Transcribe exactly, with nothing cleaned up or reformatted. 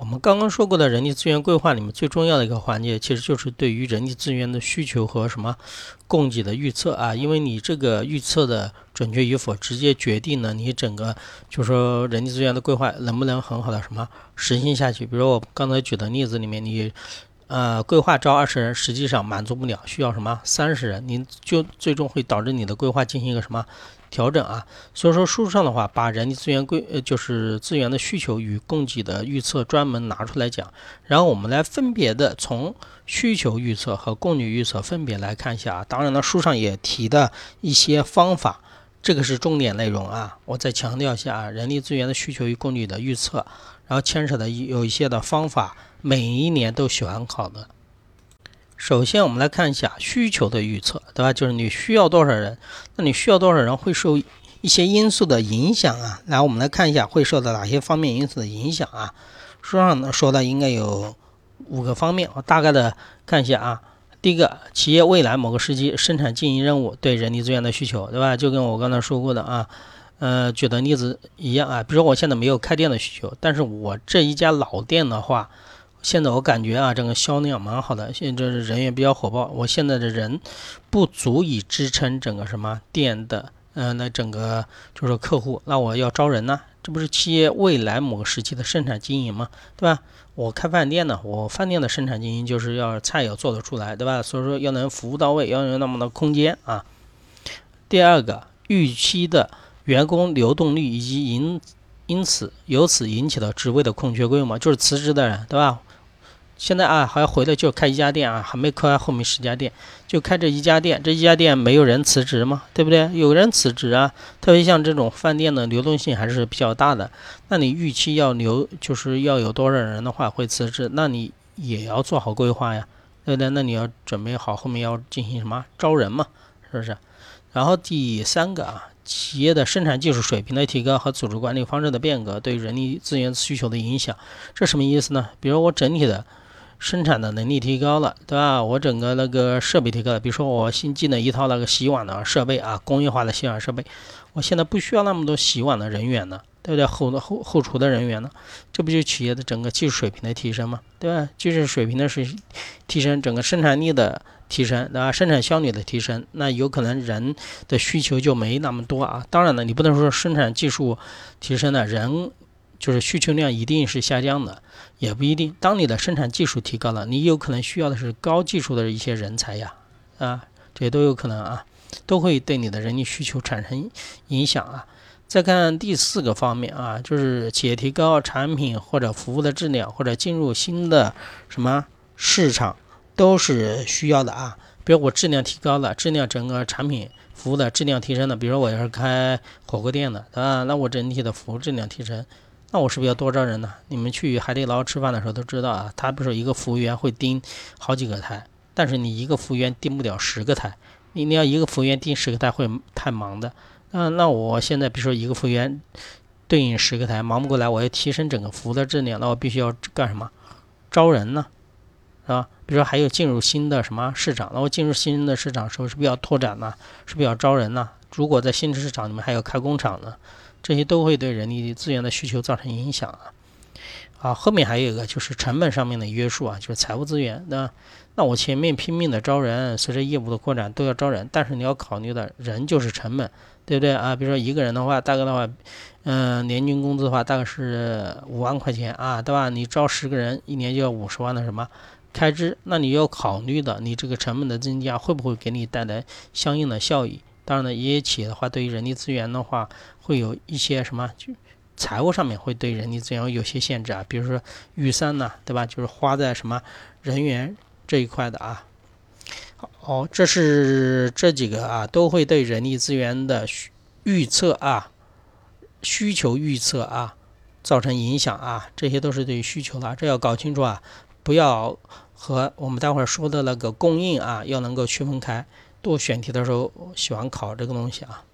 们刚刚说过的人力资源规划里面最重要的一个环节，其实就是对于人力资源的需求和什么供给的预测啊，因为你这个预测的准确与否，直接决定了你整个就是说人力资源的规划能不能很好的什么实行下去。比如我刚才举的例子里面，你呃规划招二十人，实际上满足不了，需要什么三十人，你就最终会导致你的规划进行一个什么调整啊。所以说书上的话，把人力资源规呃就是资源的需求与供给的预测专门拿出来讲，然后我们来分别的从需求预测和供给预测分别来看一下啊。当然了，书上也提的一些方法，这个是重点内容啊。我再强调一下啊，人力资源的需求与供给的预测，然后牵扯的有一些的方法，每一年都喜欢考的。首先我们来看一下需求的预测，对吧？就是你需要多少人，那你需要多少人会受一些因素的影响啊。来，我们来看一下会受到哪些方面因素的影响啊。书上呢说的应该有五个方面，我大概的看一下啊。第一个，企业未来某个时期生产经营任务对人力资源的需求，对吧？就跟我刚才说过的啊，呃，举的例子一样啊。比如说我现在没有开店的需求，但是我这一家老店的话，现在我感觉啊，这个销量蛮好的，现在人也比较火爆。我现在的人不足以支撑整个什么店的，呃，那整个就是客户，那我要招人呢，这不是企业未来某个时期的生产经营吗？对吧？我开饭店呢，我饭店的生产经营就是要菜要做得出来，对吧？所以说要能服务到位，要有那么多空间啊。第二个，预期的员工流动率以及因因此由此引起的职位的空缺规模，就是辞职的人，对吧？现在啊，还要回来就开一家店啊，还没开后面十家店，就开这一家店，这一家店没有人辞职吗？对不对？有人辞职啊，特别像这种饭店的流动性还是比较大的。那你预期要留，就是要有多少人的话会辞职，那你也要做好规划呀，对不对？那你要准备好后面要进行什么招人嘛，是不是？然后第三个啊，企业的生产技术水平的提高和组织管理方式的变革对人力资源需求的影响，这什么意思呢？比如我整体的生产的能力提高了，对吧？我整个那个设备提高了，比如说我新进了一套那个洗碗的设备啊，工业化的洗碗设备，我现在不需要那么多洗碗的人员了，对不对？后后后厨的人员呢，这不就企业的整个技术水平的提升吗？对吧？技术水平的是提升，整个生产力的提升，对吧？生产效率的提升，那有可能人的需求就没那么多啊。当然了，你不能说生产技术提升了，人就是需求量一定是下降的，也不一定。当你的生产技术提高了，你有可能需要的是高技术的一些人才呀，啊，这些都有可能啊，都会对你的人力需求产生影响啊。再看第四个方面啊，就是企业提高产品或者服务的质量，或者进入新的什么市场，都是需要的啊。比如我质量提高了，质量整个产品服务的质量提升了，比如我要是开火锅店的啊，那我整体的服务质量提升，那我是不是要多招人呢？你们去海底捞吃饭的时候都知道啊，他不是一个服务员会盯好几个台，但是你一个服务员盯不了十个台，你你要一个服务员盯十个台会太忙的。嗯，那我现在比如说一个服务员对应十个台，忙不过来，我要提升整个服务的质量，那我必须要干什么？招人呢，是吧？比如说还有进入新的什么市场，那我进入新的市场的时候是不是要拓展呢？是不是要招人呢？如果在新的市场里面还要开工厂呢？这些都会对人力资源的需求造成影响啊。啊，后面还有一个就是成本上面的约束啊，就是财务资源。那那我前面拼命的招人，随着业务的扩展都要招人，但是你要考虑的人就是成本，对不对啊？比如说一个人的话，大概的话，嗯、呃，年均工资的话大概是五万块钱啊，对吧？你招十个人，一年就要五十万的什么开支，那你要考虑的，你这个成本的增加会不会给你带来相应的效益？当然了，一些企业的话，对于人力资源的话，会有一些什么，就财务上面会对人力资源有些限制啊，比如说预算呢，对吧？就是花在什么人员这一块的啊。好，这是这几个啊，都会对人力资源的预测啊、需求预测啊造成影响啊，这些都是对于需求的，这要搞清楚啊，不要和我们待会儿说的那个供应啊，要能够区分开。多选题的时候喜欢考这个东西啊。